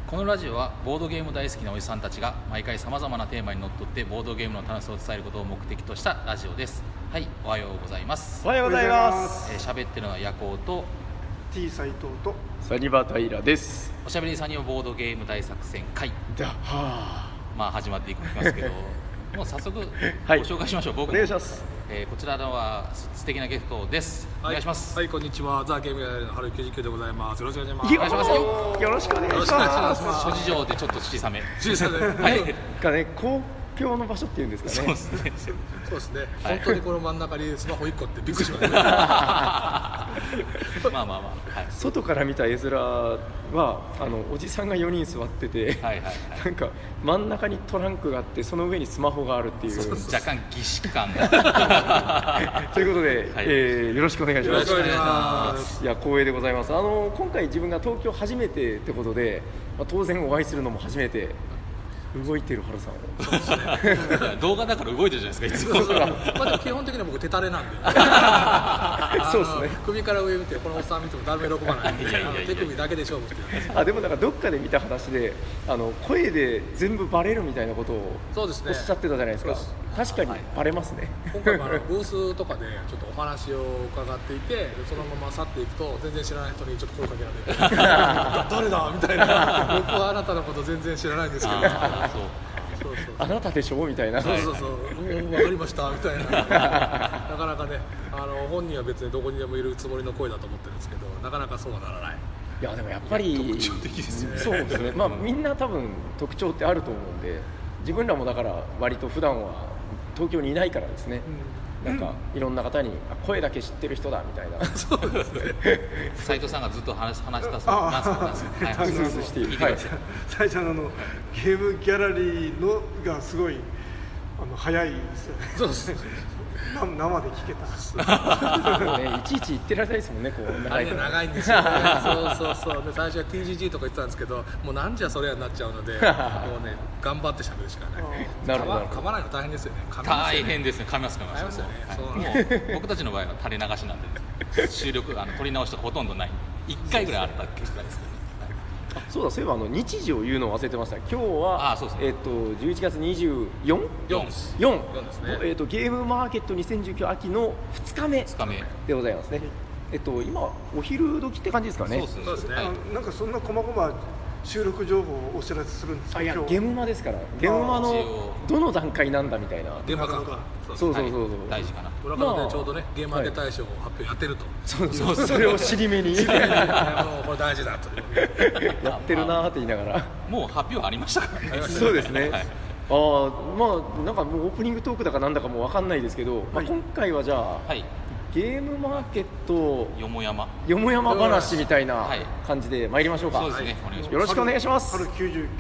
このラジオはボードゲーム大好きなおじさんたちが毎回さまざまなテーマにのっとってボードゲームの楽しさを伝えることを目的としたラジオです。はい、おはようございます。 おはようございます。 喋ってるのはヤコウと T 斉藤とサニバタイラです。 おしゃべりさんにはボードゲーム大作戦会だはまあ始まっていきますけどもう早速ごはい紹介しましょう。僕お願いします。 こちらのは素敵なゲストです。お願いします。 はい、こんにちは。ザ・ゲームギャラリーの春99でございます。よろしくお願いします。 よ願いしますよ。 よろしくお願いします諸事情でちょっと小さめ。 小さで、 はいかね、公共の場所っていうんですかね。 そうですね。 そうですね、 はい本当にこの真ん中にスマホ1個ってびっくりしましたね。 まあまあまあ、はい、 外から見た絵面はおじさんが4人座ってて、 はいはいはい。 なんか真ん中にトランクがあってその上にスマホがあるっていう。 若干儀式感がということで、 はいよろしくお願いします。 よろしくお願いします。 いや光栄でございます。今回自分が東京初めてってことで、当然お会いするのも初めて。動いてる原さんを動画だから動いてるじゃないですかいつも。 まあでも基本的には僕手垂れなんでそうですね。 首から上見てこのおっさん見ても誰も喜ばないんでいやいやいや手首だけで勝負してる。 でもなんかどっかで見た話で声で全部バレるみたいなことをそうですねおっしゃってたじゃないですか。確かにバレますね。 今回もブースとかでちょっとお話を伺っていて、そのまま去っていくと全然知らない人にちょっと声かけられて誰だみたいな、僕はあなたのこと全然知らないんですけど、そうあなたでしょみたいな。 そう分かりましたみたいななかなかね、本人は別にどこにでもいるつもりの声だと思ってるんですけど、なかなかそうはならない。 いやでもやっぱり特徴的ですよね。 そうですね。まあみんな多分特徴ってあると思うんで、自分らもだから割と普段は東京にいないからですね、なんかいろんな方に声だけ知ってる人だみたいな。 そうですね。 斉藤さんがずっと話したそうなんですよ。はい、 うすうすしている。 聞いてください。 最初のゲームギャラリーのがすごい早いですよね。 そうですね。 生で聞けた。 ね、いちいち言ってられないですもんね、こうあれね、長いんですよね。そうで最初は TGG とか言ってたんですけど、もうなんじゃそれやになっちゃうのでもうね、頑張って喋るしかない。 なるほど噛まないの大変ですよね。 大変ですね。噛みます噛みますよね。 もう僕たちの場合は垂れ流しなんで、収録取り直しとかほとんどない。1回ぐらいあったっけぐらいですけど。 そうだ、そういえば日時を言うのを忘れてました。今日はそうですね 11月24、 4です。 4 ですね。 ゲームマーケット2019秋の2日目でございますね。今お昼時って感じですかね。 そうですね。 なんかそんな細々収録情報をお知らせするんですか。 いや今日ゲームマですから、ゲームマのどの段階なんだみたいな。 現場感がそう大事かな。 裏方でちょうどね、ゲームマーケ大賞を発表やってると。 それを尻目にもうこれ大事だと。 やってるなーって言いながら。 もう発表ありましたからね。 そうですね。 はい、 まあなんかもうオープニングトークだかなんだかもう分かんないですけど、今回はじゃあ、ゲームマーケットよもやま話みたいな感じで参りましょうか。 そうですね。お願いします。 よろしくお願いします。 春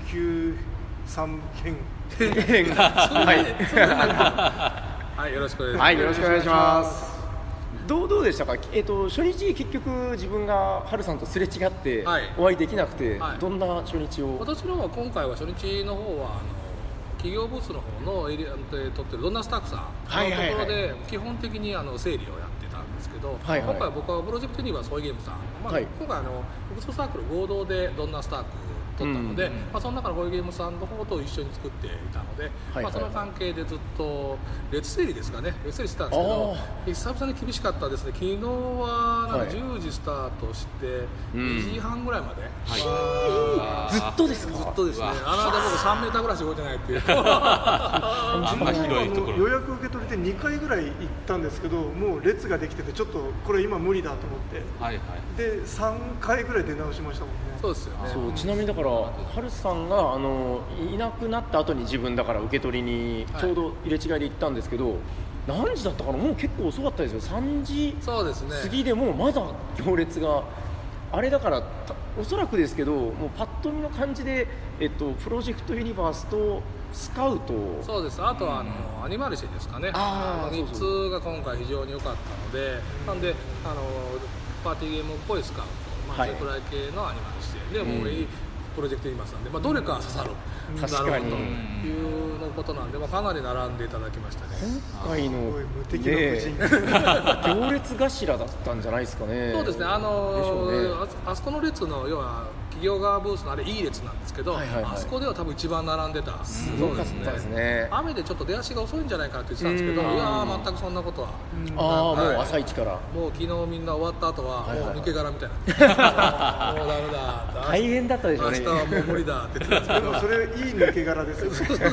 99三編はい、よろしくお願いします。 はい、よろしくお願いします。どうでしたか。初日結局自分が春さんとすれ違ってお会いできなくて、どんな初日を。 私の方は今回は初日の方は企業ブースの方のエリアで撮ってるどんなスタッフさんのところで基本的に整理をやってたんですけど、今回僕はプロジェクトにはソイゲームさん、今回複数サークル合同でどんなスタッフ撮ったので、その中のホイゲームさんの方と一緒に作っていたので、その関係でずっと列整理ですかね、列整理してたんですけど、久々に厳しかったですね。昨日はなんか10時スタートして2時半ぐらいまで、 ずっとですか。 ずっとですね。僕3メーターぐらいしか動いてないっていうあんま広いところ。 予約受け取りで2回ぐらい行ったんですけど、もう列ができててちょっとこれ今無理だと思って、で3回ぐらい出直しましたもんね。 そうですよね。 そう、ちなみにだから春さんがいなくなった後に自分だから受け取りにちょうど入れ違いで行ったんですけど、何時だったかな。もう結構遅かったですよ。3時過ぎでもまだ行列があれだから、おそらくですけど、もうパッと見の感じで、プロジェクトユニバースとスカウト、 そうです。あとはアニマルシェですかね。3つが今回非常に良かったので、なんでパーティーゲームっぽいスカウト、それくらい系のアニマルシェでもうプロジェクトユニバースなんで、どれかは刺さるだろうというのことなんで、かなり並んでいただきましたね。 今回の無敵の夫人行列頭だったんじゃないですかね。 そうですね。あそこの列の要は企業側ブースのあれいい列なんですけど、あそこでは多分一番並んでた。 すごかったですね。 雨でちょっと出足が遅いんじゃないかなって言ってたんですけど、いやー全くそんなことは。 もう朝一からもう昨日みんな終わった後はもう抜け殻みたいな、もうダメだ、 大変だったでしょうね。 明日はもう無理だって言ってたんですけど、 でもそれいい抜け殻ですよね。 確か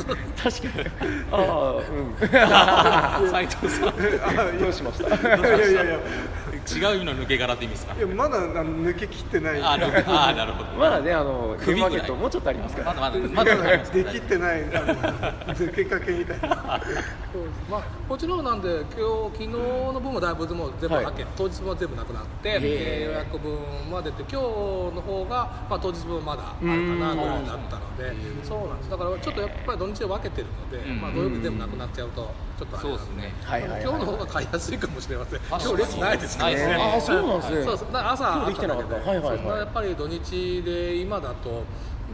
に。斉藤さんどうしました。 いや違う意味の抜け殻って意味ですか。 いやまだ抜けきってない。 なるほど。 まだねゲームマーケットもうちょっとありますから。 まだできってない抜けかけみたいな。 まあこっちの方なんで昨日の分はだいぶもう全部はけ、当日分は全部なくなって予約分まで出て今日の方が当日分まだあるかなぐらいだったので、そうなんです。だからちょっとやっぱり土日で分けてるので、土曜日全部なくなっちゃうとちょっとあれなんで、今日の方が買いやすいかもしれません。今日列ないですね。 そうなんですね。 そう朝できてなかった。 やっぱり土日で今だと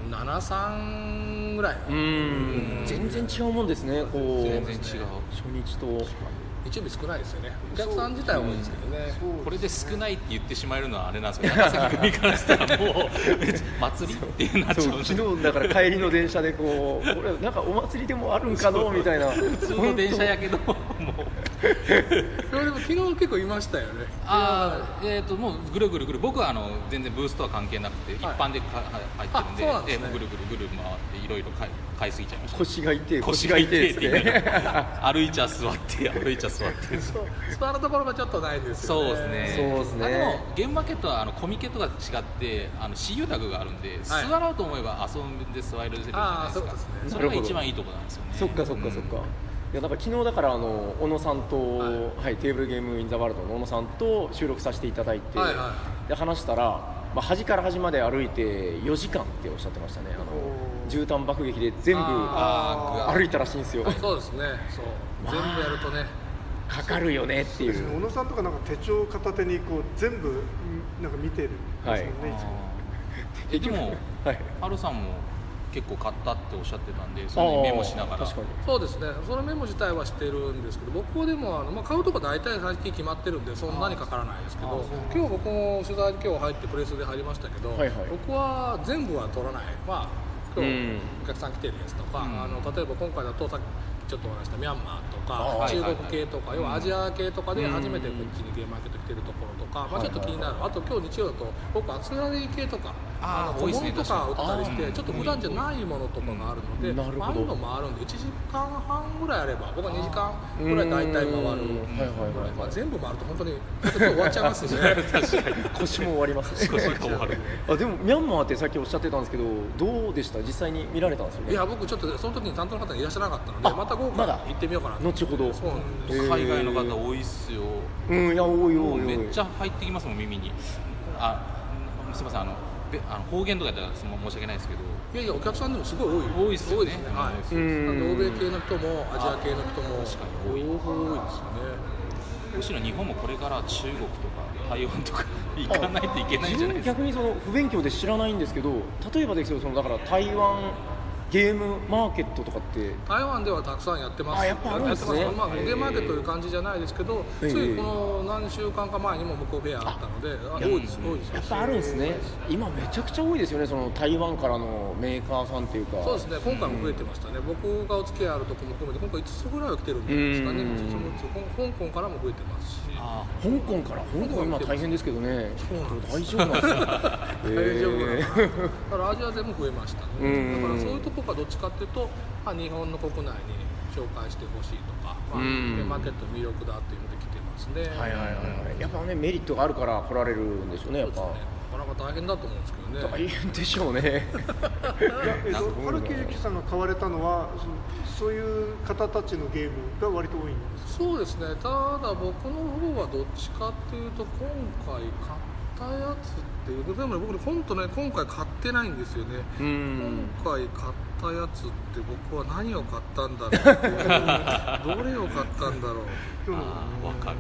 73ぐらい。 全然違うもんですね。こう全然違う。 初日と日曜日少ないですよね。お客さん自体は多いですけどね。 これで少ないって言ってしまえるのはあれなんですけど、長崎組からしたらもう祭りってなっちゃう。 昨日だから帰りの電車でこれなんかお祭りでもあるんかのみたいな。 普通の電車やけどもう。 でも昨日結構いましたよね。 もうぐるぐる僕は全然ブースとは関係なくて一般で入ってるんで、ぐるぐる回っていろいろ買いすぎちゃいました。 腰が痛いって歩いちゃ座って座るところがちょっとないですよね。 そうですね。でもゲームマーケットはコミケとか違って私有宅があるんで、座ろうと思えば遊んで座れるじゃないですか。それが一番いいところなんですよね。 そっか。いやだから昨日だから小野さんと、テーブルゲームインザワールドの小野さんと収録させていただいて、で話したら、端から端まで歩いて4時間っておっしゃってましたね。絨毯爆撃で全部歩いたらしいんですよ。 そうですね。全部やるとねかかるよねっていう。 小野さんとかなんか手帳片手にこう全部なんか見てるんですよね。 でもハルさんも結構買ったっておっしゃってたんで、それにメモしながら。 そうですね。そのメモ自体はしてるんですけど、僕でも買うとこ大体最近決まってるんでそんなにかからないですけど、今日僕も取材で今日入ってプレスで入りましたけど、僕は全部は取らない。今日お客さん来てるやつとか、例えば今回だとさっきちょっとお話したミャンマーとか中国系とか、要はアジア系とかで初めてこっちにゲームマーケット来てるところとか、ちょっと気になる。あと今日日曜だと僕アクセサリー系とか小物とか売ったりして、ちょっと普段じゃないものとかがあるので、ああいうのもあるんで1時間半ぐらいあれば僕は2時間ぐらい大体回る。全部回ると本当に終わっちゃいますね。 腰も終わりますね。でもミャンマーってさっきおっしゃってたんですけど、どうでした？実際に見られたんですよね。 いや僕ちょっとその時に担当の方がいらっしゃらなかったので、また豪華に行ってみようかなと。 後ほど。 海外の方多いっすよ。 いや多い。 めっちゃ入ってきますもん耳に。すみません方言とかやったら申し訳ないですけど。 いやお客さんでもすごい多いですよね。欧米系の人もアジア系の人も多いですよね。 むしろ日本もこれから中国とか台湾とか行かないといけないんじゃないですか。 逆に不勉強で知らないんですけど、例えばですよだから台湾ゲームマーケットとかって台湾ではたくさんやってます。 やっぱあるんですね。 ゲームマーケットという感じじゃないですけど、ついこの何週間か前にも向こうフェアあったので多いです。 やっぱあるんですね。今めちゃくちゃ多いですよね。台湾からのメーカーさんっていうか。 そうですね。今回も増えてましたね。僕がお付き合いあるとこも含めて今回5つぐらいは来てるんですかね。香港からも増えてますし。 香港今大変ですけどね。大丈夫なんですか。 大丈夫。だからアジア勢も増えましたね。だからそういうところがどっちかっていうと日本の国内に紹介してほしいとか、ゲームマーケットの魅力だっていうので来てますね。 やっぱねメリットがあるから来られるんでしょうね。やっぱ。 なかなか大変だと思うんですけどね。 大変でしょうね。 春木由紀さんが買われたのはそういう方たちのゲームが割と多いんですか？ そうですね。ただ僕の方はどっちかっていうと今回買ったやつっていうでも僕本当ね今回買ってないんですよね。今回買ったやつって僕は何を買ったんだろうってどれを買ったんだろう。 わかる。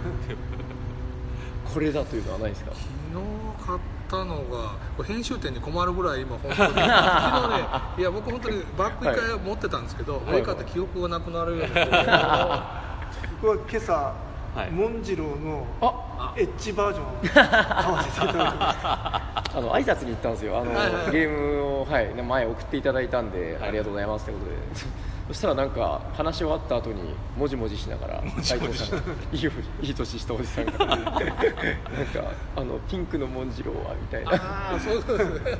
これだというのはないですか？ 昨日買ったのが編集点に困るぐらい今本当に昨日ねいや僕本当にバッグ1回持ってたんですけど上買って記憶がなくなるような僕は今朝モンジローのエッジバージョンを買わせていただきました挨拶に行ったんですよ。ゲームを、前送っていただいたんで、ありがとうございますということでそしたらなんか話し終わった後にもじもじしながら斉藤さんがいい年したおじさんがなんかピンクのモンジローはみたいな。 そうですね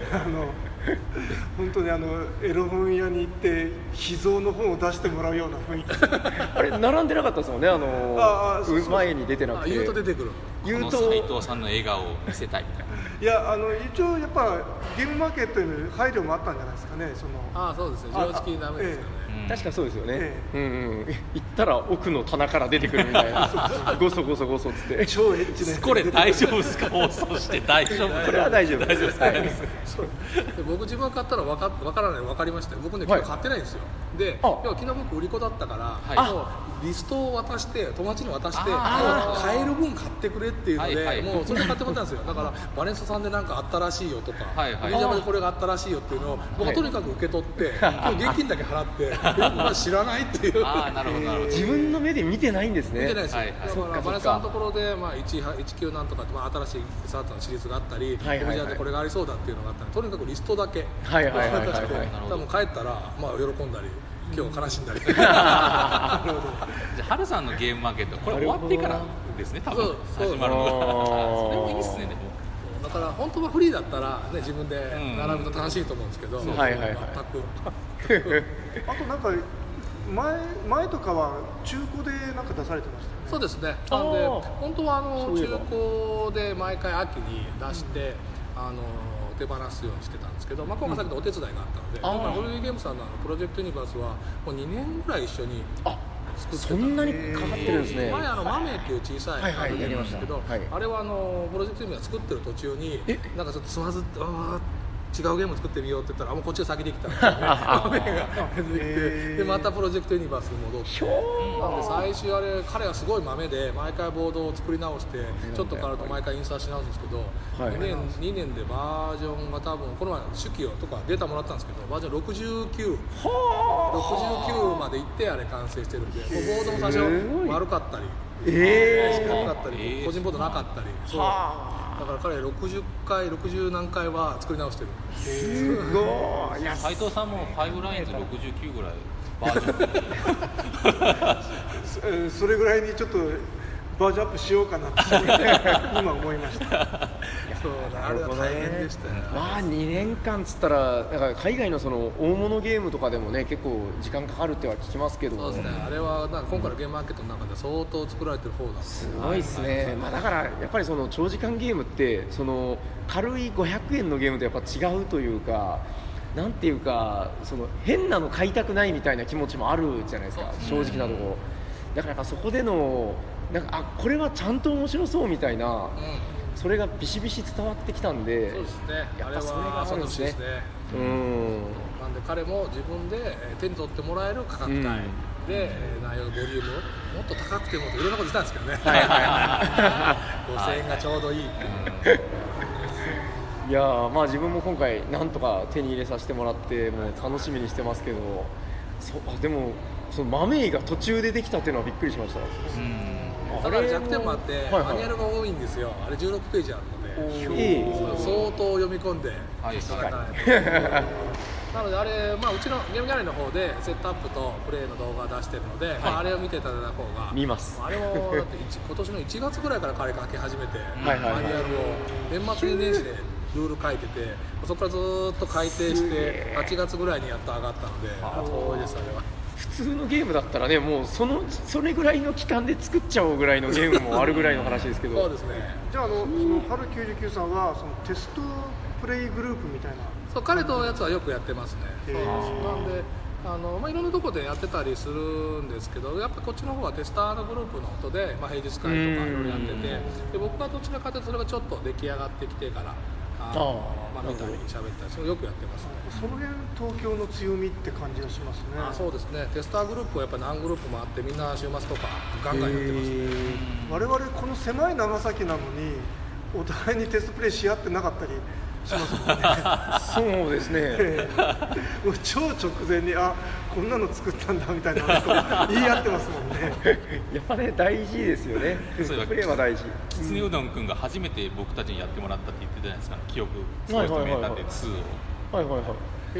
本当にエロ本屋に行って秘蔵の本を出してもらうような雰囲気あれ並んでなかったですもんね。前に出てなくて言うと出てくる。 この斉藤さんの笑顔を見せたいみたいな。 いや一応やっぱゲームマーケットへの配慮もあったんじゃないですかね。 そうですね。常識ダメですよね。 確かそうですよね。行ったら奥の棚から出てくるみたいな。ごそごそごそっつって。 超エッチね。 これ大丈夫ですか？放送して大丈夫？ これは大丈夫です。 僕自分が買ったら分からない分かりましたよ。僕ね昨日買ってないんですよ。で昨日僕売り子だったからもうリストを渡して友達に渡して買える分買ってくれっていうのでもうそれで買ってもらったんですよ。だからバレンスさんでなんかあったらしいよとかフジャマでこれがあったらしいよっていうのを僕はとにかく受け取って現金だけ払って知らないっていう。 なるほど。 自分の目で見てないんですね。 見てないですよ。だからバレンスさんのところで19なんとか新しいサートのシリーズがあったりフジャマでこれがありそうだっていうのがあったりとにかくリストだけ多分帰ったら喜んだり今日悲しんだり。じゃあ春さんのゲームマーケットこれ終わってからですね多分始まるのが。それもいいっすね。でもだから本当はフリーだったらね自分で並ぶと楽しいと思うんですけど、全く。 あとなんか前とかは中古でなんか出されてましたよね。 そうですね。なんで本当は中古で毎回秋に出して手放すようにしてたんですけど、今回さっきのお手伝いがあったので、ホルリーゲームさんのプロジェクトユニバースはもう2年ぐらい一緒に作ってた。 そんなにかかってるんですね。 前マメっていう小さいカードゲームなんですけど、あれはプロジェクトユニバース作ってる途中になんかちょっとつまずって違うゲーム作ってみようって言ったらこっちが先できたんですよね。雨が出てきてでまたプロジェクトユニバースに戻ってなんで最初彼はすごい豆で毎回ボードを作り直してちょっと変わると毎回印刷し直すんですけど、2年でバージョンが多分この前手記とかデータもらったんですけどバージョン69までいってあれ完成してるんでもうボードも最初悪かったり四角かったり個人ボードなかったりだから彼60何回は作り直してる。 すごい。 斉藤さんも5ラインズ69ぐらいバージョンそれぐらいにちょっとバージョンアップしようかなって今思いました。 そうだ、あれは大変でしたよね。 2年間つったらなんか海外のその大物ゲームとかでもね結構時間かかるっては聞きますけど。 そうですね。あれはなんか今回のゲームマーケットの中で相当作られてる方だと。 すごいですね。だからやっぱりその長時間ゲームってその軽い500円のゲームとやっぱ違うというか。なんていうかその変なの買いたくないみたいな気持ちもあるじゃないですか、正直なところ。だからやっぱそこでのなんかこれはちゃんと面白そうみたいな、それがビシビシ伝わってきたんで。 そうですね。 やっぱそれがあるんですね。 なんで彼も自分で手に取ってもらえる価格帯で内容のボリュームもっと高くてもいろんなことしたんですけどね。5000円がちょうどいい。 いや自分も今回なんとか手に入れさせてもらってもう楽しみにしてますけど、でもそのマメイが途中でできたっていうのはびっくりしました。 ただ弱点もあってマニュアルが多いんですよ。あれ16ページあるので相当読み込んでいただかないと。なのであれ、うちのゲームギャラリーの方でセットアップとプレイの動画を出してるので、あれを見ていただいた方が見ます。 あれもだって今年の1月ぐらいから彼書き始めてマニュアルを年末に年始でルール書いててそこからずっと改訂して8月ぐらいにやっと上がったので遠いですあれは。 普通のゲームだったらねもうそれぐらいの期間で作っちゃおうぐらいのゲームもあるぐらいの話ですけど。 そうですね。 じゃあその春99さんはそのテストプレイグループみたいな。 そう彼とやつはよくやってますね。なんでいろんなところでやってたりするんですけどやっぱこっちの方はテスターのグループの音で、平日会とかいろいろやっててで僕はどちらかというとそれがちょっと出来上がってきてから見たり喋ったりそれよくやってますね。 その辺東京の強みって感じがしますね。 そうですね。テスターグループはやっぱ何グループもあってみんな週末とかガンガンやってますね。 我々この狭い長崎なのにお互いにテストプレイし合ってなかったりしますもんね。 そうですね。 もう超直前にこんなの作ったんだみたいなこと言い合ってますもんねやっぱね大事ですよね。プレーは大事。 きつねうどんくんが初めて僕たちにやってもらったって言ってたじゃないですか、記憶すごい名探偵2を。 はいはいはい。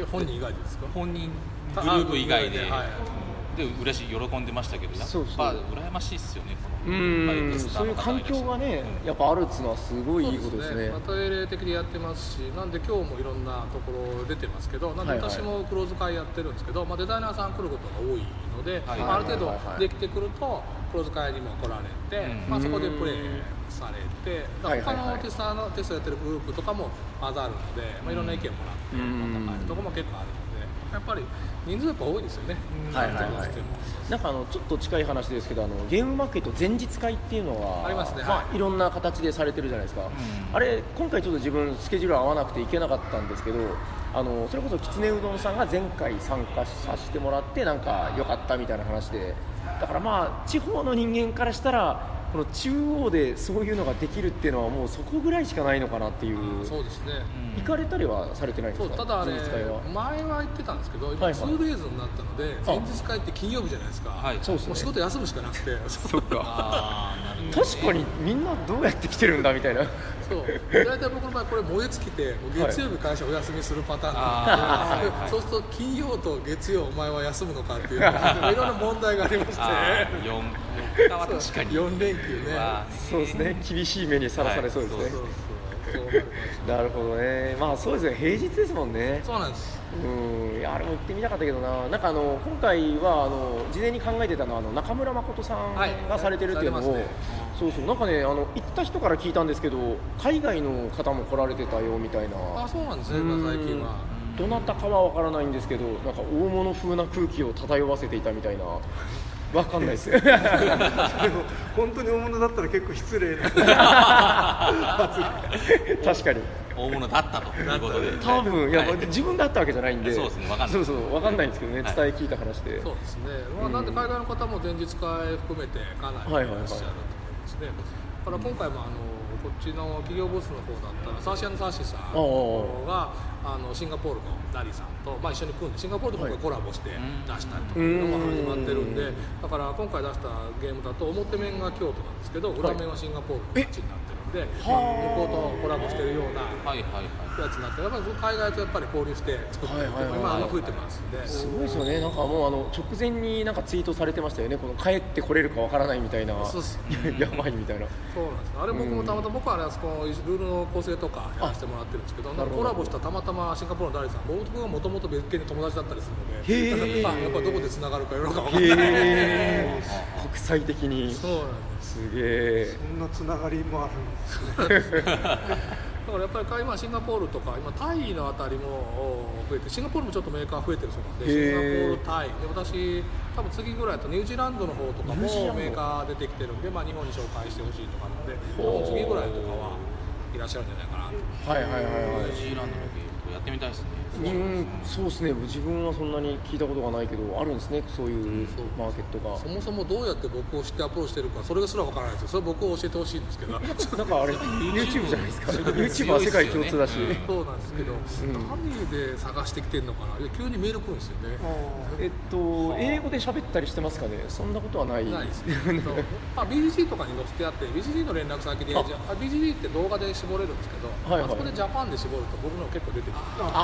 本人以外ですか？ 本人グループ以外で、で嬉しい喜んでましたけど、やっぱ羨ましいですよね。 そういう環境がね、やっぱあるっつうのはすごいいいことですね。 定例的にやってますし、なんで今日もいろんなところ出てますけど、なんで私もクローズ会やってるんですけど、デザイナーさん来ることが多いので、ある程度できてくるとクローズ会にも来られて、そこでプレーされて、他のテストやってるグループとかも混ざるので、いろんな意見もらってまた帰るところも結構あるので、やっぱり人数やっぱ多いですよね。 なんかちょっと近い話ですけど、ゲームマーケット前日会っていうのはありますね。 いろんな形でされてるじゃないですか。あれ今回ちょっと自分スケジュール合わなくて行けなかったんですけど、それこそきつねうどんさんが前回参加させてもらってなんか良かったみたいな話で、だから地方の人間からしたらこの中央でそういうのができるっていうのはもうそこぐらいしかないのかなっていう。 そうですね。 行かれたりはされてないんですか？ ただ前は行ってたんですけど、今2デイズになったので、前日会って金曜日じゃないですか。 そうですね。 もう仕事休むしかなくて。 そっか。確かにみんなどうやって来てるんだみたいな。 そう。大体僕の場合これ燃え尽きて月曜日会社お休みするパターンなんで、そうすると金曜と月曜お前は休むのかっていういろんな問題がありまして。 4日は確かに 4連休ね。 そうですね。厳しい目にさらされそうですね。なるほどね。そうですね。平日ですもんね。 そうなんです。 いやあれも行ってみたかったけどな。なんか今回は事前に考えてたのは中村誠さんがされてるっていうのを、そうなんかね行った人から聞いたんですけど、海外の方も来られてたよみたいな。 そうなんですね。最近は。 どなたかはわからないんですけど、なんか大物風な空気を漂わせていたみたいな。わかんないです。でも本当に大物だったら結構失礼な。確かに。 大物だったということで。 多分自分があったわけじゃないんで。 そうですね。わかんない。 わかんないんですけどね。伝え聞いた話で。 そうですね。なんで海外の方も前日会含めてかなりいらっしゃると思いますね。だから今回もこっちの企業ブースの方だったらサーシ&サーシさんがシンガポールのダリさんと、一緒に組んでシンガポールとコラボして出したりとかいうのも始まってるんで、だから今回出したゲームだと表面が京都なんですけど、裏面はシンガポールの街になってるんで、向こうとコラボしてるようなやつになって、やっぱり海外とやっぱり交流して作ってるっていうのが今増えてますんで。 すごいですよね。なんかもう直前になんかツイートされてましたよね。この帰ってこれるかわからないみたいな。 そうです。 やばいみたいな。 そうなんです。あれ僕もたまたま僕はあそこルールの構成とかやらせてもらってるんですけど、コラボしたたまたまシンガポールのダリさん、僕がもともと別件で友達だったりするので、やっぱどこでつながるかよろか分からない。 国際的に。 そうなんです。 すげえ。 そんなつながりもあるんですね。 だからやっぱり今シンガポールとか今タイのあたりも増えて、シンガポールもちょっとメーカー増えてるそうなんで、シンガポール、タイで、私多分次ぐらいだとニュージーランドの方とかもメーカー出てきてるんで、日本に紹介してほしいとかなので、多分次ぐらいとかはいらっしゃるんじゃないかなと。 ニュージーランドのゲームやってみたいですね。 そうですね。自分はそんなに聞いたことがないけどあるんですね。そういうマーケットが。 そもそもどうやって僕を知ってアプローチしてるか、それがすらわからないですよ。それ僕を教えてほしいんですけど。なんかあれ YouTube じゃないですか。YouTube は世界共通だし。 そうなんですけど、何で探してきてるのかな。急にメール来るんですよね。 英語で喋ったりしてますかね。そんなことはない。 ないですね。BGG とかに載せてあって、BGG の連絡先で、BGG って動画で絞れるんですけど、あそこでジャパンで絞ると僕の結構出てくる。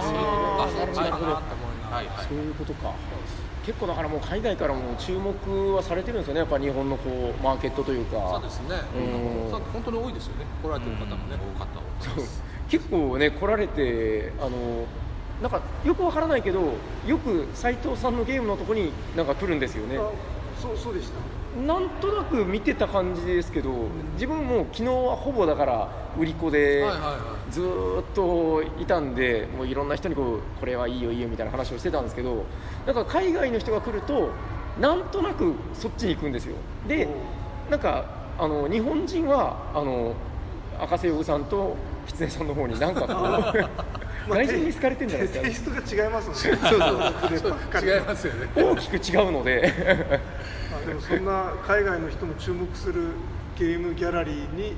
そういうことか。結構だからもう海外からも注目はされてるんですよね。やっぱ日本のマーケットというか。 そうですね。本当に多いですよね。来られてる方もね。 多かった。 結構ね来られてなんかよくわからないけど、よく斉藤さんのゲームのとこになんか来るんですよね。 そうでした。 なんとなく見てた感じですけど、自分も昨日はほぼだから売り子でずーっといたんで、もういろんな人にこれはいいよいいよみたいな話をしてたんですけど、なんか海外の人が来るとなんとなくそっちに行くんですよ。で、なんか日本人は赤瀬洋さんと狐さんの方になんか外人に好かれてるんじゃないですか。 テイストが違いますもんね。 そう違いますよね。 大きく違うのででもそんな海外の人も注目するゲームギャラリーに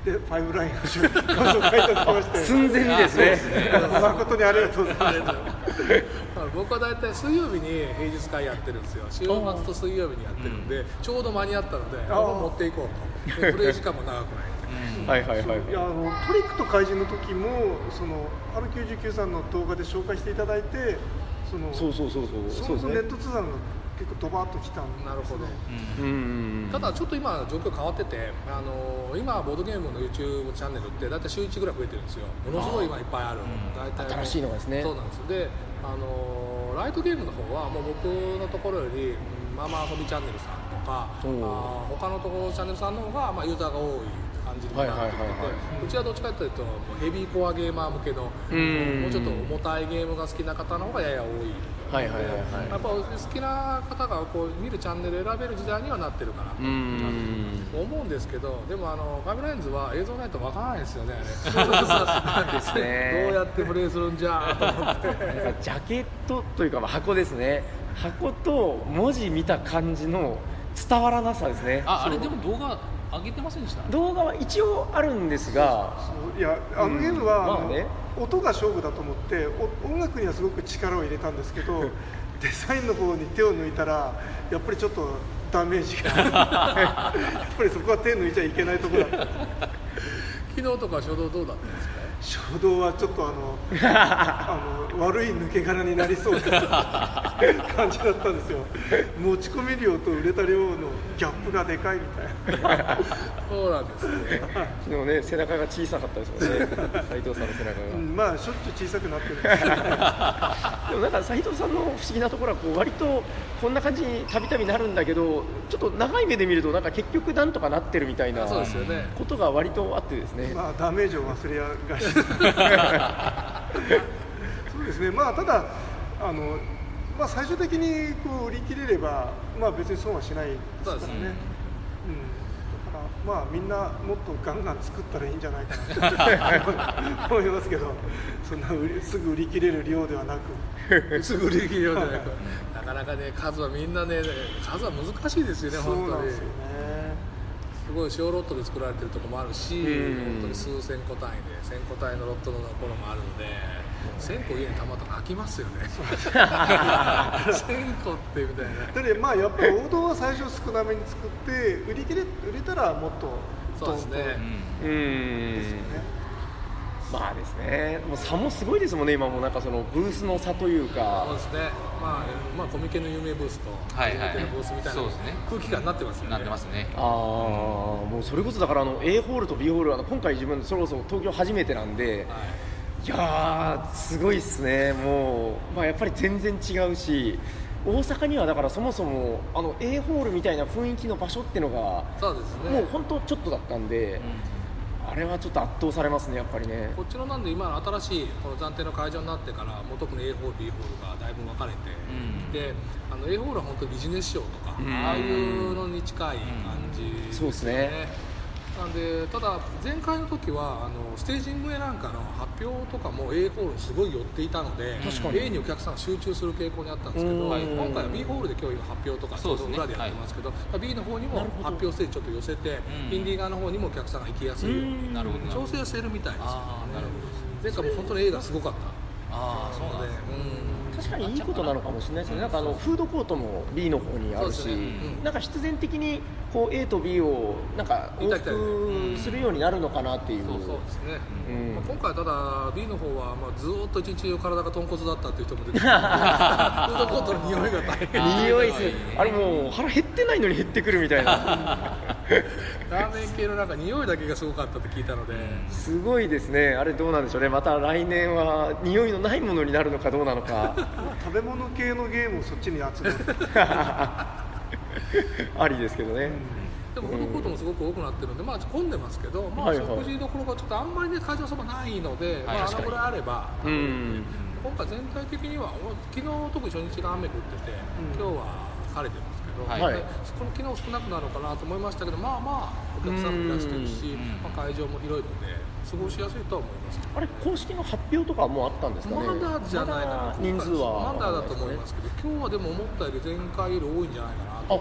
でファイブラインを書いておきまして寸前にですね誠にありがとうございます僕は大体水曜日に平日会やってるんですよ。週末と水曜日にやってるんで、ちょうど間に合ったので持っていこうと。プレイ時間も長くないんで。 はいはいはい。いやトリックと怪人の時もそのR99さんの動画で紹介していただいて、そのネット通販が結構ドバッときたんですね。なるほど。 ただちょっと今状況変わってて、今ボードゲームの YouTube チャンネルって大体週1ぐらい増えてるんですよ。ものすごい今いっぱいある。 大体新しいのがですね。 そうなんです。で、ライトゲームの方はもう僕のところよりママ遊びチャンネルさんとか、他のところチャンネルさんの方がユーザーが多い感じになっていて、うちはどっちかというとヘビーコアゲーマー向けのもうちょっと重たいゲームが好きな方の方がやや多い。やっぱ好きな方がこう見るチャンネル選べる時代にはなってるかなと思うんですけど、でもファイブラインズは映像ないとわからないですよね、あれですね。どうやってプレイするんじゃと思ってジャケットというか箱ですね。箱と文字見た感じの伝わらなさですね。 あれでも動画上げてませんでした？ 動画は一応あるんですが、 いやゲームは、音が勝負だと思って音楽にはすごく力を入れたんですけどデザインの方に手を抜いたらやっぱりちょっとダメージがやっぱりそこは手抜いちゃいけないところだった昨日とか初動どうだったんですか？ 初動はちょっと悪い抜け殻になりそうな感じだったんですよ。持ち込み量と売れた量のギャップがでかいみたいなそうなんですね。 昨日ね、背中が小さかったですもんね斉藤さんの背中が、 まあしょっちゅう小さくなってるんですけどでもなんか斉藤さんの不思議なところは割とこんな感じにたびたびなるんだけど、ちょっと長い目で見るとなんか結局なんとかなってるみたいなことが割とあってですね、 まあダメージを忘れがちそうですね。まあただ最終的にこう売り切れれば別に損はしないですからね。だからみんなもっとガンガン作ったらいいんじゃないかなと思いますけど、そんなすぐ売り切れる量ではなくすぐ売り切れる量ではなくなかなかね、数はみんなね、数は難しいですよね。 そうなんですよね。 すごい小ロットで作られてるところもあるし、本当に数千個単位で1000個単位のロットのところもあるので、1000個家にたまったら飽きますよね1000個ってみたいな。 だからやっぱり王道は最初少なめに作って売れたらもっとそうですね。 ですよね。 まあですね、もう差もすごいですもんね。今もなんかそのブースの差というか、 そうですね。コミケの有名ブースと初めてのブースみたいな空気感になってますよね。 なってますね。 もうそれこそだからA ホールと B ホールは今回自分そろそろ東京初めてなんで、いやーすごいっすね。もうやっぱり全然違うし、大阪にはだからそもそもA ホールみたいな雰囲気の場所っていうのがそうですね、 もう本当ちょっとだったんで、あれはちょっと圧倒されますね、やっぱりね。 こっちのなんで今の新しいこの暫定の会場になってからもう特に A ホール B ホールがだいぶ分かれてきて、A ホールは本当にビジネスショーとか、ああいうのに近い感じですよね。 そうですね。 なんでただ前回の時はステージングやなんかの発表とかも A ホールすごい寄っていたので、A にお客さんが集中する傾向にあったんですけど、今回は B ホールで今日発表とかちょっと裏でやってますけど、B の方にも発表ステージちょっと寄せて、インディー側の方にもお客さんが行きやすいように調整してるみたいですよね。前回も本当に A がすごかった。 そうなんですね。 確かにいいことなのかもしれないですね。なんかフードコートも B の方にあるし、なんか必然的にこう A と B をなんか往復するようになるのかなっていう。 そうですね。今回ただ B の方はずっと一日中体が豚骨だったっていう人も出てきて、フードコートの匂いが大変。 匂いする。あれもう腹減ってないのに減ってくるみたいな。 ラーメン系のなんか匂いだけがすごかったって聞いたので、 すごいですね。あれどうなんでしょうね。また来年は匂いのないものになるのかどうなのか。 食べ物系のゲームをそっちに集めるありですけどね。 でもフードコートもすごく多くなってるんで、混んでますけど、食事どころがちょっとあんまりね会場そばないので、ぐらいあれば、今回全体的には昨日特に初日が雨降ってて、今日は晴れてますけど、この昨日少なくなるのかなと思いましたけど、お客さんもいらしてるし、会場も広いので過ごしやすいとは思います。 あれ公式の発表とかはもうあったんですかね。 まだじゃないかな。 人数はまだだと思いますけど、今日はでも思ったより前回より多いんじゃないかなと。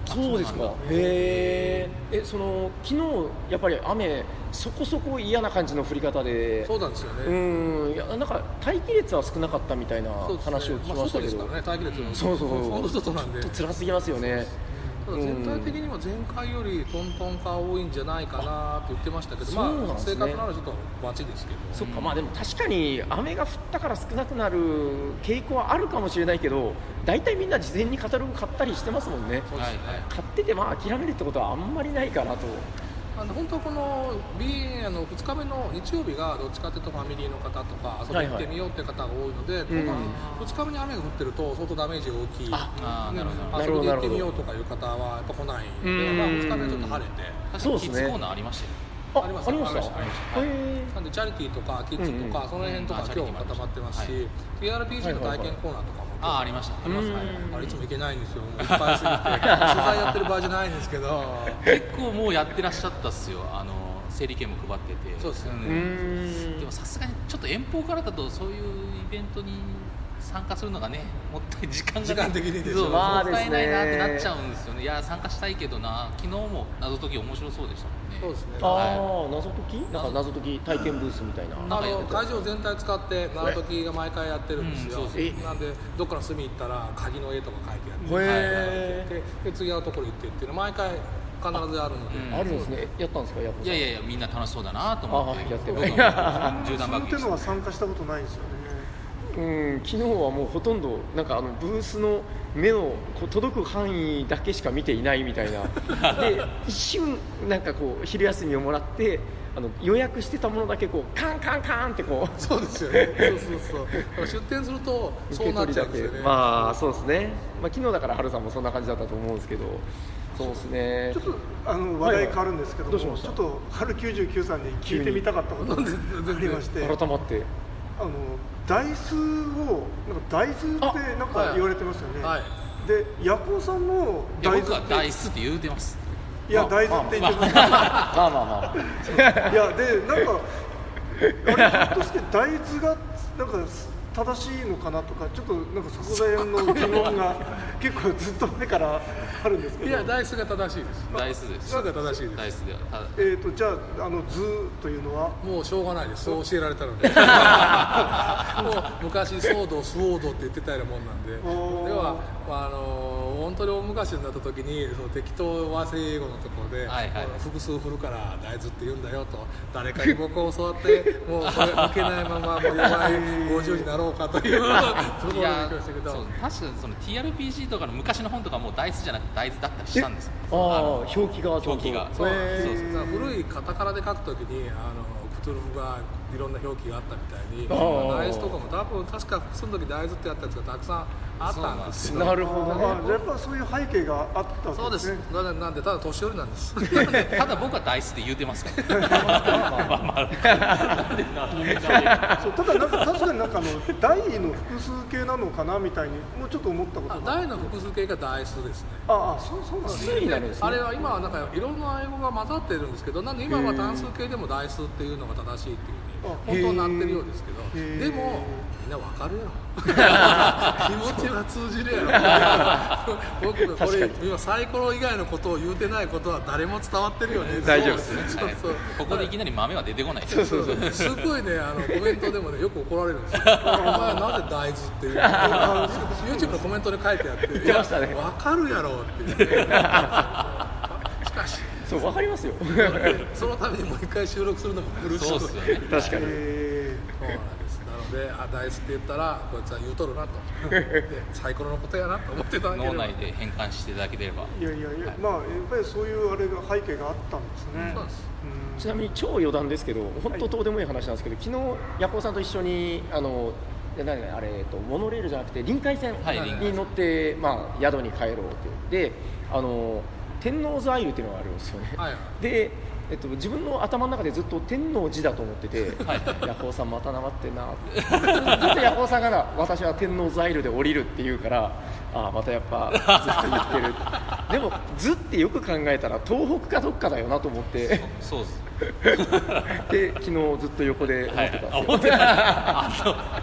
そうですか。へえ。その昨日やっぱり雨そこそこ嫌な感じの降り方で。 そうなんですよね。 いやなんか待機列は少なかったみたいな話を聞きましたけど。 そうですね。待機列の。 そう本当外なんで。 辛すぎますよね。 全体的にも前回よりトントン化多いんじゃないかなって言ってましたけど、まあ正確なのはちょっと待ちですけど。 そっか、まあでも確かに雨が降ったから少なくなる傾向はあるかもしれないけど、大体みんな事前にカタログ買ったりしてますもんね。買っててまあ諦めるってことはあんまりないかなと。 本当この2日目の日曜日がどっちかというとファミリーの方とか遊びに行ってみようっていう方が多いので、この2日目に雨が降ってると相当ダメージが大きい、遊びに行ってみようとかいう方はやっぱ来ないので、まあ、2日目ちょっと晴れて、 そうですね、キッズコーナーありましたよ。 ありました。なんでチャリティーとかキッズとか、その辺とか今日固まってますし、TRPG の体験コーナーとかもありました。 いつも行けないんですよ。いっぱいすぎて取材やってる場合じゃないんですけど、 結構もうやってらっしゃったっすよ。整理券も配ってて。 そうですよね。でもさすがにちょっと遠方からだとそういうイベントに参加するのがね、もったい時間的にですよ。もったいないなってなっちゃうんですよね。いや参加したいけどな。昨日も謎解き面白そうでしたもんね。 そうですね。 謎解き？なんか謎解き体験ブースみたいな。 会場全体使って謎解きが毎回やってるんですよ。なんでどっから隅行ったら鍵の絵とか書いてあって、で次のところ行ってっていうの毎回必ずあるので。 あるんですね。やったんですか？ いやみんな楽しそうだなと思ってやってる。 縦断爆撃っていうのは参加したことないんですよね。 昨日はもうほとんどなんかブースの目の届く範囲だけしか見ていないみたいなで一瞬なんかこう昼休みをもらって予約してたものだけこうカンカンカンってこうそうですよねそう出店するとそうなっちゃうんですよね。 まあそうですね、まあ、昨日だから春さんもそんな感じだったと思うんですけど、そうですね。 ちょっと話題変わるんですけども、ちょっと春99さんに聞いてみたかったことがありまして、 改まってダイスをなんか大豆ってなんか言われてますよね。でヤコウさんも僕はダイスって言うてます。 いや大豆って言ってます。 まあいやでなんかあれひょっとして大豆がなんか正しいのかなとか、ちょっとなんかそこら辺の疑問が結構ずっと前からあるんですけど。 いやダイスが正しいです。 ダイスです。 が正しいです。 ダイスではじゃあ図というのはもうしょうがないです。そう教えられたのでもう昔ソードスウォードって言ってたようなもんなんで、では本当に大昔になった時にその適当和製英語のところで、複数振るから大豆って言うんだよと誰かに僕を教わってもうこれ抜けないままもう弱い50になろうかというところで言ましたけど、 確かにその TRPG とかの昔の本とかもダイスじゃなくて大豆だったりしたんですよ。 表記がそう古いカタカナで書くときにクトゥルフがいろんな表記があったみたいにダイスとかも多分確かその時大豆ってやったやつがたくさんあったんですけど、 なるほどね。 やっぱそういう背景があったんですね。 そうです。なんでただ年寄りなんです。 ただ僕はダイスって言うてますから。 そうただなんか確かになんか大の複数形なのかなみたいにもうちょっと思ったことが。 大の複数形がダイスですね。 そうなんですね。 あれは今はなんかいろんな英語が混ざってるんですけど、なんで今は単数形でもダイスっていうのが正しいっていうふうに本当はなってるようですけど、でもみんなわかるやろ。気持ちは通じるやろ。僕これ今サイコロ以外のことを言うてないことは誰も伝わってるよね。 大丈夫ですね。 ここでいきなり豆は出てこない。 すごいねコメントでもねよく怒られるんですよ。お前はなぜ大豆っていうYouTube のコメントで書いてあって、 言ってましたね。 わかるやろっていう。しかしそう分かりますよ。 そのためにもう一回収録するのも苦しい。 そうですよね。 確かに。 そうなんです。なのでダイスって言ったらこいつは言うとるなと。サイコロのことやなと思ってたんだけど。 脳内で変換していただければ。 いや、まあやっぱりそういうあれが背景があったんですね。 そうです。 ちなみに超余談ですけど、本当どうでもいい話なんですけど、昨日ヤコウさんと一緒にモノレールじゃなくて臨海線に乗って、まあ、宿に帰ろうって言って天王洲アイルっていうのがあるんですよね。で自分の頭の中でずっと天王寺だと思ってて、ヤコウさんまたなまってんなってずっとヤコウさんが私は天王洲アイルで降りるって言うから、またやっぱずっと言ってる。でも図ってよく考えたら東北かどっかだよなと思って、 そうです。 で昨日ずっと横で思ってたんですよ。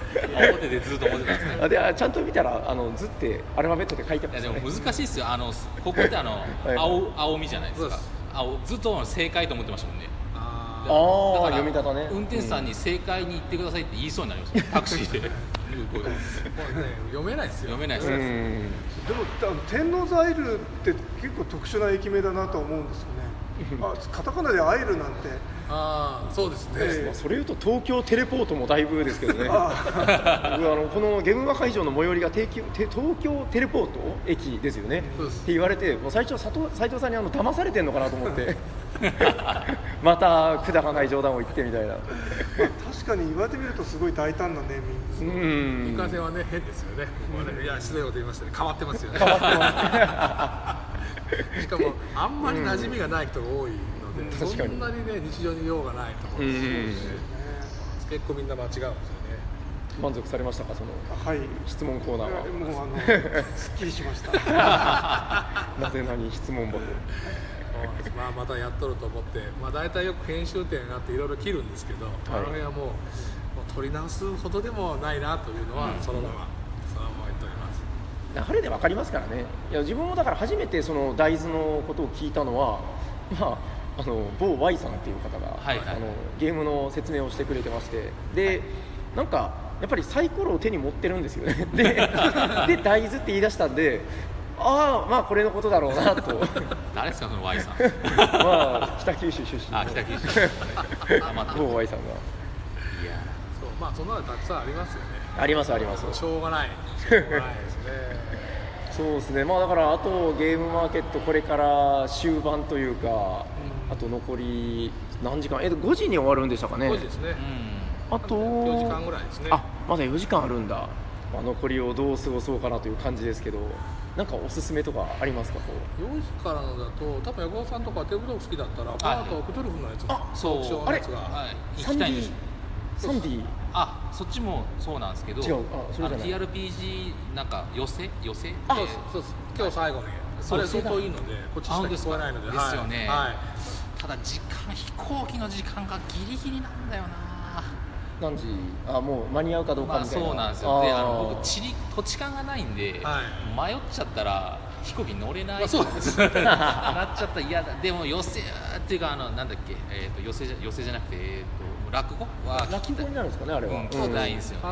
表でずっと思ってたんですね。 でちゃんと見たら図ってアルファベットで書いてますね。 いやでも難しいですよ。ここって青みじゃないですか。ずっと正解と思ってましたもんね。だから読み方ね。 運転手さんに正解に言ってくださいって言いそうになりますよ。タクシーで。 読めないですよ。 読めないです。 でも天王洲アイルって結構特殊な駅名だなと思うんですよね。カタカナでアイルなんて。 そうですね。 それ言うと東京テレポートもだいぶですけどね。僕このゲームマ会場の最寄りが東京テレポート駅ですよね。って言われて、もう最初斉藤さんに騙されてんのかなと思って。またくだらない冗談を言ってみたいな。 確かに言われてみるとすごい大胆なネーミング。 一貫性はね変ですよね。いや失礼なこと言いましたね。変わってますよね。 変わってます。 しかもあんまり馴染みがない人が多いので、そんなにね日常に用がないと思うんですよね。結構みんな間違うんですよね。 満足されましたか、その質問コーナーは。 もうすっきりしました。 なぜ何質問箱。 またやっとると思って、大体よく編集点があっていろいろ切るんですけど、あの辺はもう取り直すほどでもないなというのはそのまま言っております。 流れで分かりますからね。いや自分もだから初めてその大豆のことを聞いたのは、某 Y さんっていう方が、ゲームの説明をしてくれてまして、で、なんかやっぱりサイコロを手に持ってるんですよね。で大豆って言い出したんで、これのことだろうなと。 誰ですかその Y さん。 北九州出身の。 北九州。 某 Y さんが。 いや、そんなのたくさんありますよね。 あります。 しょうがないですね。 そうですね。だからあとゲームマーケットこれから終盤というか、あと残り何時間5時に終わるんでしたかね。 5時ですね。 あと 4時間ぐらいですね。 まだ4時間あるんだ。残りをどう過ごそうかなという感じですけど、なんかおすすめとかありますか。 4時からのだと多分横尾さんとかテーブルドッグ好きだったらこの後クトゥルフのやつそうあれサンディそっちもそうなんですけど、 違うそれじゃない TRPG なんか寄せそうです今日最後にそれ相当いいのでこっちしか聞こえないのでですよね。ただ飛行機の時間がギリギリなんだよな。 何時もう間に合うかどうかみたいな。 そうなんですよ。で僕土地勘がないんで、迷っちゃったら飛行機乗れないそうですなっちゃったら嫌だ。でも寄せっていうかなんだっけ、寄せじゃなくて落語は落語になるんですかね、あれは。 聞きたいんですよね。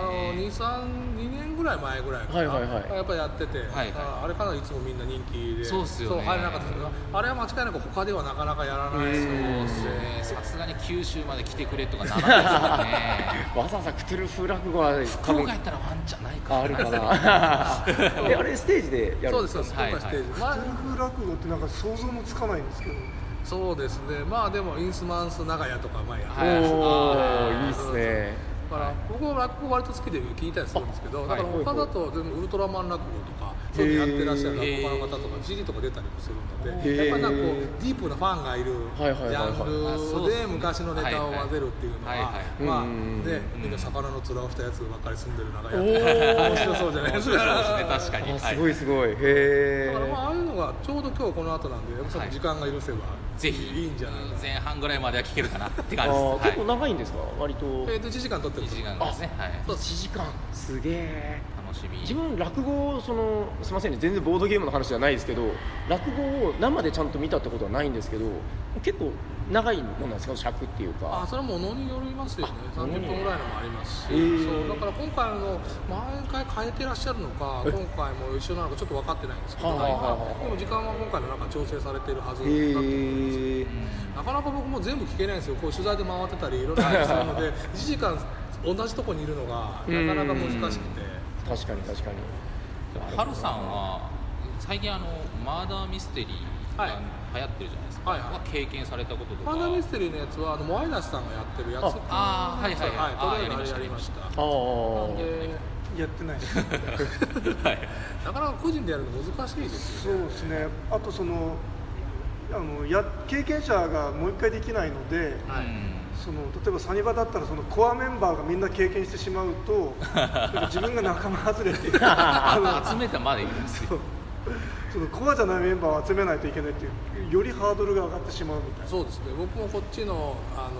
2年ぐらい前ぐらいかな、やっぱりやってて、あれかないつもみんな人気で、 そうっすよね。 入れなかったですけど、あれは間違いなく他ではなかなかやらないですね。 さすがに九州まで来てくれとかならないですよね。 わざわざクトゥルフ落語は福岡やったらワンチャンないかあるかな。あれステージでやるんですか。 そうです、今回ステージ。 クトゥルフ落語ってなんか想像もつかないんですけど。 そうですね。でもインスマンス長屋とか前やっていいですね。 だから僕は落語割と好きで聞いたりするんですけど、だから他だと全部ウルトラマン落語とかそういうのやってらっしゃる落語家の方とか GD とか出たりもするので、やっぱりなんかこうディープなファンがいるジャンルで昔のネタを混ぜるっていうのはみんな魚の面をしたやつばっかり住んでる長屋面白そうじゃないですか。 確かに。 すごいすごい。へえ。 だからああいうのがちょうど今日この後なんで、時間が許せばぜひいいんじゃないかな。 前半ぐらいまでは聞けるかなって感じです。 結構長いんですか、割と。 1時間撮ってる。 1時間ですね。 1時間すげえ楽しみ。 自分落語すみませんね、全然ボードゲームの話じゃないですけど、落語を生でちゃんと見たってことはないんですけど、結構長いものなんですか、尺っていうか。 それはものによりますよね。30分ぐらいのもありますし、そうだから今回の毎回変えてらっしゃるのか今回も一緒なのかちょっと分かってないんですけど、でも時間は今回の中調整されているはずだと思います。なかなか僕も全部聞けないんですよ。こう取材で回ってたりいろいろありするので1時間同じとこにいるのがなかなか難しくて。 確かに。 ハルさんは最近マーダーミステリーが流行ってるじゃないですか。経験されたこととか。 マーダーミステリーのやつはモアイナスさんがやってるやつ。トレーナーでやりました。 やってないです。 なかなか個人でやるの難しいですよね。 そうですね。あと経験者がもう一回できないので。例えばサニバだったらコアメンバーがみんな経験してしまうと自分が仲間外れっていう集めたまでいいんですよ。 コアじゃないメンバーを集めないといけないっていうよりハードルが上がってしまうみたいな。 そうですね。僕もこっちの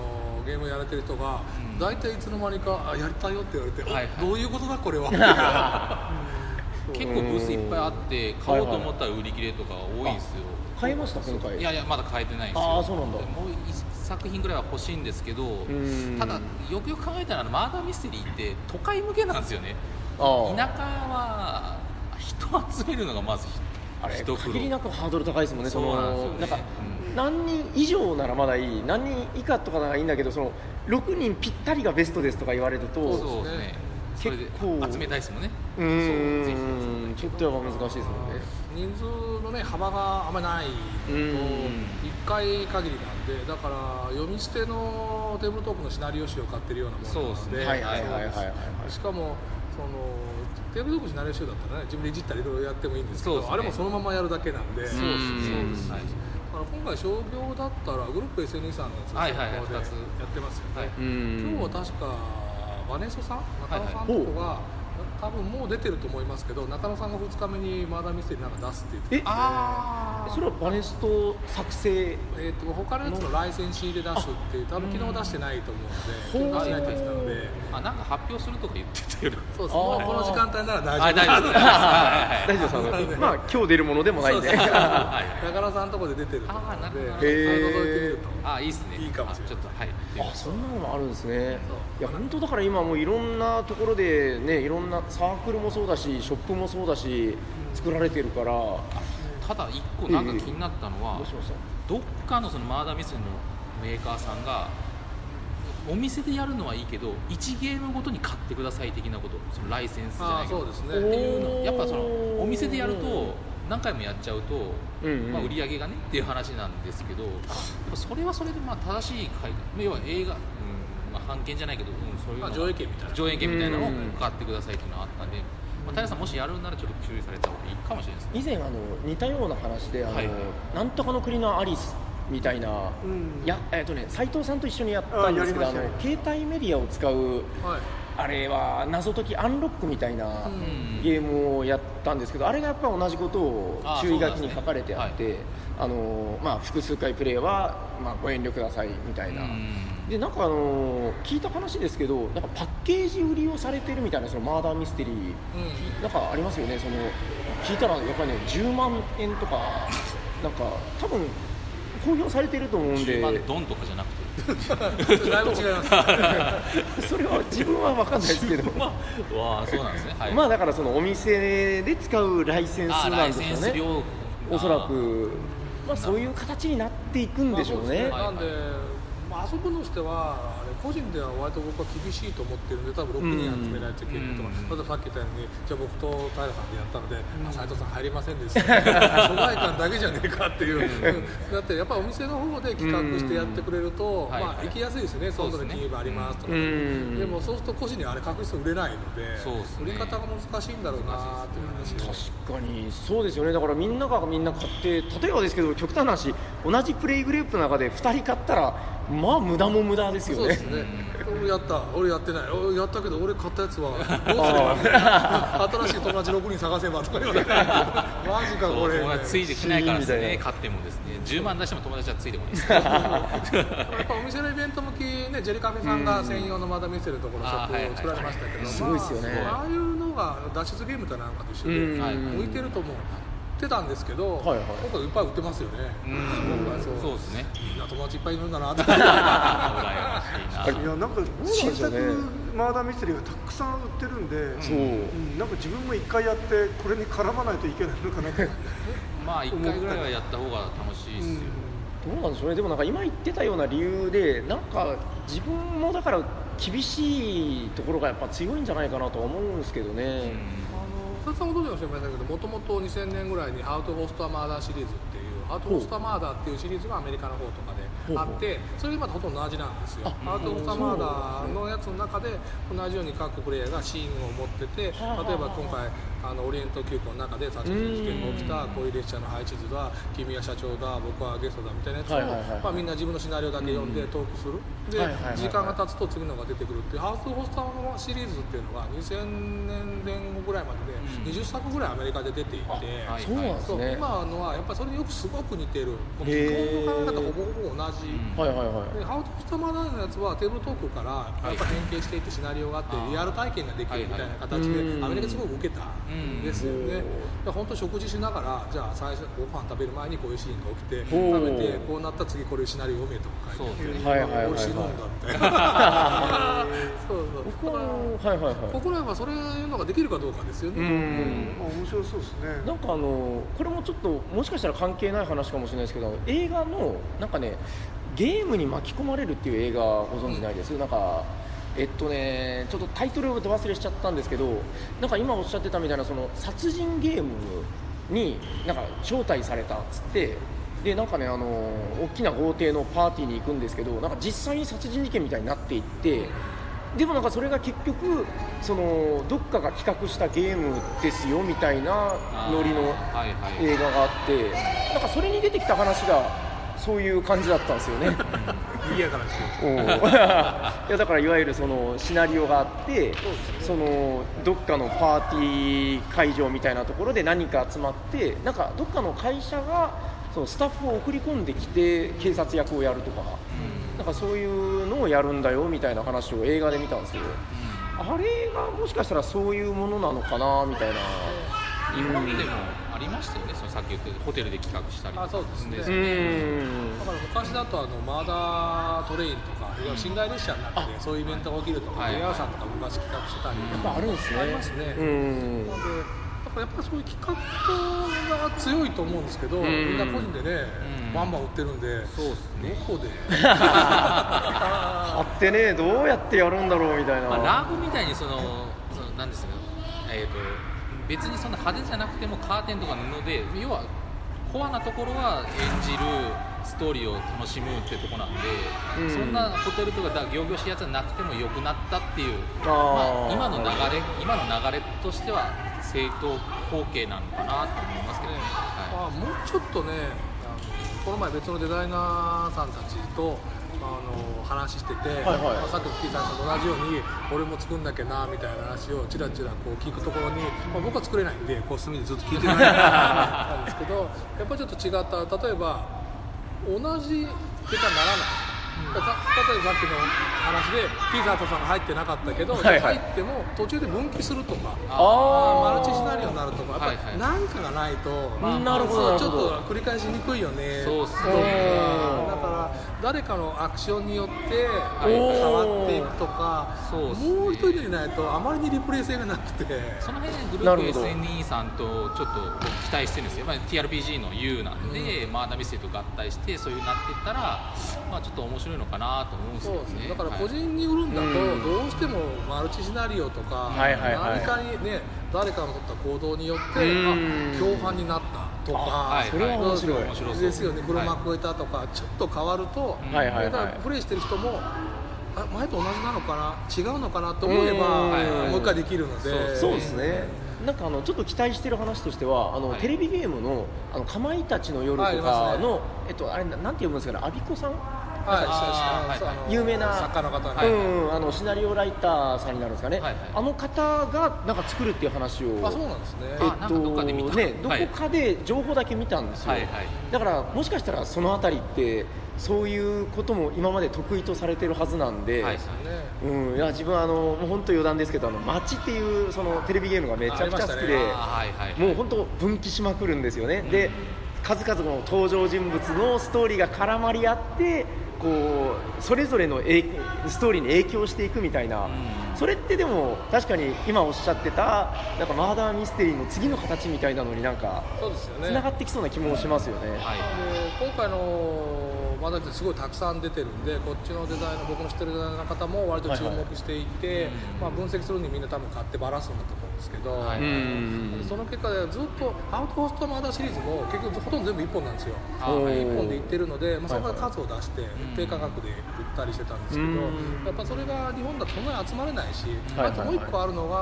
ゲームやられてる人が大体いつの間にかやりたいよって言われて、 はいはい、 どういうことだこれは結構ブースいっぱいあって買おうと思ったら売り切れとか多いんですよ。 買えました今回？ いやいやまだ買えてないんですよ。 ああそうなんだ。 もう1作品ぐらいは欲しいんですけど、ただよくよく考えたらマーダーミステリーって都会向けなんですよね。田舎は人集めるのがまずあれ限りなくハードル高いですもんね。そうなんですよね。なんか何人以上ならまだいい、何人以下とかならいいんだけど、その6人ぴったりがベストですとか言われると、 そうですね、それで集めたいですもんね。 ちょっとやっぱ難しいですもんね。 人数のね幅があんまりないと1回限りなんで、だから読み捨てのテーブルトークのシナリオ集を買ってるようなものなので、しかもそのテーブルトークシナリオ集だったらね自分でいじったりいろいろやってもいいんですけど、あれもそのままやるだけなんで、そうです。今回商業だったらグループ SNE さんのやつでやってますよね。今日は確かバネソさん、中野さんとかが多分もう出てると思いますけど、中野さんが2日目にマーダーミステリーなんか出すって言って、 それはバネスト作成、 他のやつのライセンシーで出すって多分昨日出してないと思うので、出してないと言ってたので、 なんか発表するとか言ってたけど、 そうです。もうこの時間帯なら大丈夫です。 まあ今日出るものでもないんで、 中野さんのところで出てると思うので、覗いてみるといいですね。いいかもしれない。ちょっとはい。 そんなのもあるんですね。いや本当だから今もういろんなところでね、いろんなサークルもそうだしショップもそうだし作られてるから、 ただ一個なんか気になったのは、どっかのそのマーダーミステリーのメーカーさんがお店でやるのはいいけど1ゲームごとに買ってください的なこと、そのライセンスじゃないけどっていうの、やっぱそのお店でやると何回もやっちゃうと、まあ、売り上げがねっていう話なんですけど、それはそれでまあ正しい買い方、要は映画、版権じゃないけど、そういうの上映権みたいなのを買ってくださいっていうのがあったんで、平さんもしやるならちょっと注意された方がいいかもしれないですね。 以前似たような話でなんとかの国のアリスみたいな、斉藤さんと一緒にやったんですけど、携帯メディアを使う、あれは謎解きアンロックみたいなゲームをやったんですけど、あれがやっぱり同じことを注意書きに書かれてあって、複数回プレイはご遠慮くださいみたいな。でなんか聞いた話ですけど、なんかパッケージ売りをされてるみたいな、そのマーダーミステリー、なんかありますよね。その聞いたらやっぱりね10万円とかなんか多分公表されてると思うんで。 10万ドンとかじゃなくてだいぶ違いますそれは自分は分かんないですけどそうなんですね。 まあだからそのお店で使うライセンスなんですよね。おそらくそういう形になっていくんでしょうね。 なんで遊ぶのしては個人では割と僕は厳しいと思ってるんで、多分6人集めないといけないとか、またさっき言ったようにじゃあ僕と平さんでやったので斉藤さん入りませんでした疎外感だけじゃねえかっていうだってやっぱお店の方で企画してやってくれると行きやすいですよね。その時に金融部ありますとか、でもそうすると個人にあれ確実に売れないので、売り方が難しいんだろうなっていう話。 確かにそうですよね。だからみんながみんな買って、例えばですけど極端な話、同じプレイグループの中で2人買ったらまあ無駄も無駄ですよね。 そうですね。俺やった、俺やってない、俺やったけど俺買ったやつはどうすれば新しい友達6人探せばとか言われてマジかこれ友達ついてきないからですね。買ってもですね10万出しても友達はついてこないですやっぱお店のイベント向きね、ジェリカフェさんが専用のマーダーミステリーのところのショップを作られましたけど、 すごいですよね。 ああいうのが脱出ゲームとなんかと一緒で向いてると思うってたんですけど、今回いっぱい売ってますよね。 そうですね。 みんな友達いっぱいいるんだなって羨ましいな。 いやなんか新作マーダーミステリーがたくさん売ってるんで、なんか自分も一回やってこれに絡まないといけないのかなとまあ1回ぐらいはやった方が楽しいですよ。 どうなんでしょうね。でもなんか今言ってたような理由でなんか自分もだから厳しいところがやっぱ強いんじゃないかなとは思うんですけどね。 佐々木さんもどうかもしれませんけど、もともと2000年ぐらいにハウト・ホスト・マーダーシリーズっていうハウト・ホスト・マーダーっていうシリーズがアメリカの方とかであって、それでまたほとんど同じなんですよ。ハウト・ホスト・マーダーのやつの中で同じように各プレイヤーがシーンを持ってて、例えば今回オリエント急行の中で殺人事件が起きた、こういう列車の配置図だ、君は社長だ、僕はゲストだみたいなやつを、みんな自分のシナリオだけ読んでトークする、で時間が経つと次のが出てくるっていうハウス・ホスターのシリーズっていうのが2000年前後ぐらいまでで20作ぐらいアメリカで出ていて、 そうなんですね。 今のはやっぱりそれによくすごく似てる、基本の考え方ほぼほぼ同じ、でハウス・ホスターマダーのやつはテーブルトークからやっぱ変形していってシナリオがあってリアル体験ができるみたいな形でアメリカですごく受けたんですよね。本当食事しながら、じゃあ最初ご飯食べる前にこういうシーンが起きて食べてこうなった次これシナリオ読めとか書いて俺死ぬんだみたいな僕らはそれいうのができるかどうかですよね。 面白そうですね。 なんかこれもちょっともしかしたら関係ない話かもしれないですけど、映画のなんかねゲームに巻き込まれるっていう映画ご存知ないです？なんかちょっとタイトルを忘れしちゃったんですけど、なんか今おっしゃってたみたいなその殺人ゲームになんか招待されたっつって、でなんかね大きな豪邸のパーティーに行くんですけど、なんか実際に殺人事件みたいになっていって、でもなんかそれが結局そのどっかが企画したゲームですよみたいなノリの映画があって、なんかそれに出てきた話がそういう感じだったんですよね。 いやからいやだからいわゆるそのシナリオがあって、そのどっかのパーティー会場みたいなところで何か集まって、なんかどっかの会社がそのスタッフを送り込んできて警察役をやるとか、なんかそういうのをやるんだよみたいな話を映画で見たんですよ。あれがもしかしたらそういうものなのかなみたいな。 日本でもありましたよね、そのさっき言ったホテルで企画したりとか。 そうですね。だから昔だとマーダートレインとか寝台列車の中でそういうイベントが起きるとか、エアーさんとか昔企画してたりやっぱあるんですね。 ありますね。なのでだからやっぱりそういう企画が強いと思うんですけど、みんな個人でねバンバン売ってるんで、 そうですね。 どこで買ってねどうやってやるんだろうみたいな。 ラブみたいにそのなんですか、別にそんな派手じゃなくてもカーテンとか布で、要はコアなところは演じるストーリーを楽しむってとこなんで、そんなホテルとか仰々しいやつはなくても良くなったっていう、今の流れとしては正当光景なのかなと思いますけどね。 もうちょっとね、この前別のデザイナーさんたちと話してて、さっきのキーさんと同じように俺も作んなきゃなみたいな話をちらちらこう聞くところに、僕は作れないんでこう隅でずっと聞いてないんですけど、やっぱりちょっと違った、例えば同じ結果にならない。例えばさっきの話でピザートさんが入ってなかったけど、入っても途中で分岐するとか、マルチシナリオになるとか、やっぱり何かがないと、 なるほどちょっと繰り返しにくいよね。 そうっすね。 だから誰かのアクションによって変わっていくとか、もう一人でないとあまりにリプレイ性がなくて、 その辺グループ SNE さんとちょっと期待してるんですよ。TRPG の U なんで、マーダーミステリーと合体してそういう風になっていったら、ちょっと面白いのかなと思うんですよね。 だから個人に売るんだと、どうしてもマルチシナリオとか、何かにね誰かの取った行動によって共犯になったとか、 それは面白いですよね。黒幕を得たとかちょっと変わると、プレイしてる人も前と同じなのかな違うのかなと思えばもう一回できるので。 そうですね。なんかちょっと期待してる話としてはテレビゲームのかまいたちの夜とかのあれなんて読むんですかね、アビコさん、有名な作家の方、 シナリオライターさんになるんですかね、あの方がなんか作るっていう話を、 そうなんですね。 どこかで見た、 どこかで情報だけ見たんですよ。だからもしかしたらそのあたりってそういうことも今まで得意とされてるはずなんで、いや自分はもう本当余談ですけど街っていうそのテレビゲームがめちゃくちゃ好きで、もう本当分岐しまくるんですよね。で数々の登場人物のストーリーが絡まり合ってこうそれぞれのストーリーに影響していくみたいな、それってでも確かに今おっしゃってたなんかマーダーミステリーの次の形みたいなのになんかつながってきそうな気もしますよね。 今回のマーダーミステリーすごいたくさん出てるんで、こっちのデザイナー、僕の知ってるデザイナーの方も割と注目していて、分析するにみんな多分買ってバラすんだと思うんですけど、その結果でずっとアウトホストマーダーシリーズも結局ほとんど全部1本なんですよ。1本でいってるので、そこから数を出して低価格で売ったりしてたんですけど、やっぱそれが日本だとそんなに集まれないし、あともう1個あるのが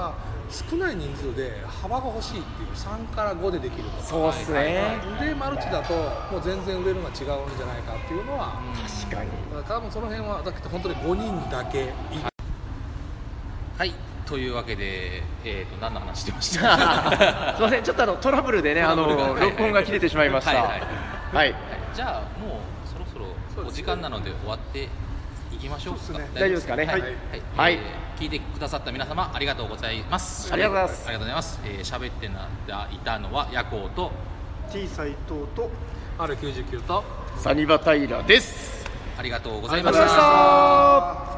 少ない人数で幅が欲しいっていう3から5でできるとか、 そうですね、 でマルチだともう全然売れるのが違うんじゃないかっていうのは、 確かに多分その辺はだって本当に5人だけはい、というわけで、何の話してましたすいません、ちょっとトラブルでね録音が切れてしまいました。はい、 じゃあもうそろそろお時間なので終わっていきましょうか。 大丈夫ですかね。 はい、聞いてくださった皆様ありがとうございます。 ありがとうございます。 ありがとうございます。喋っていたのはヤコウと T 斎藤と R99 とサニバタイラです。 ありがとうございました。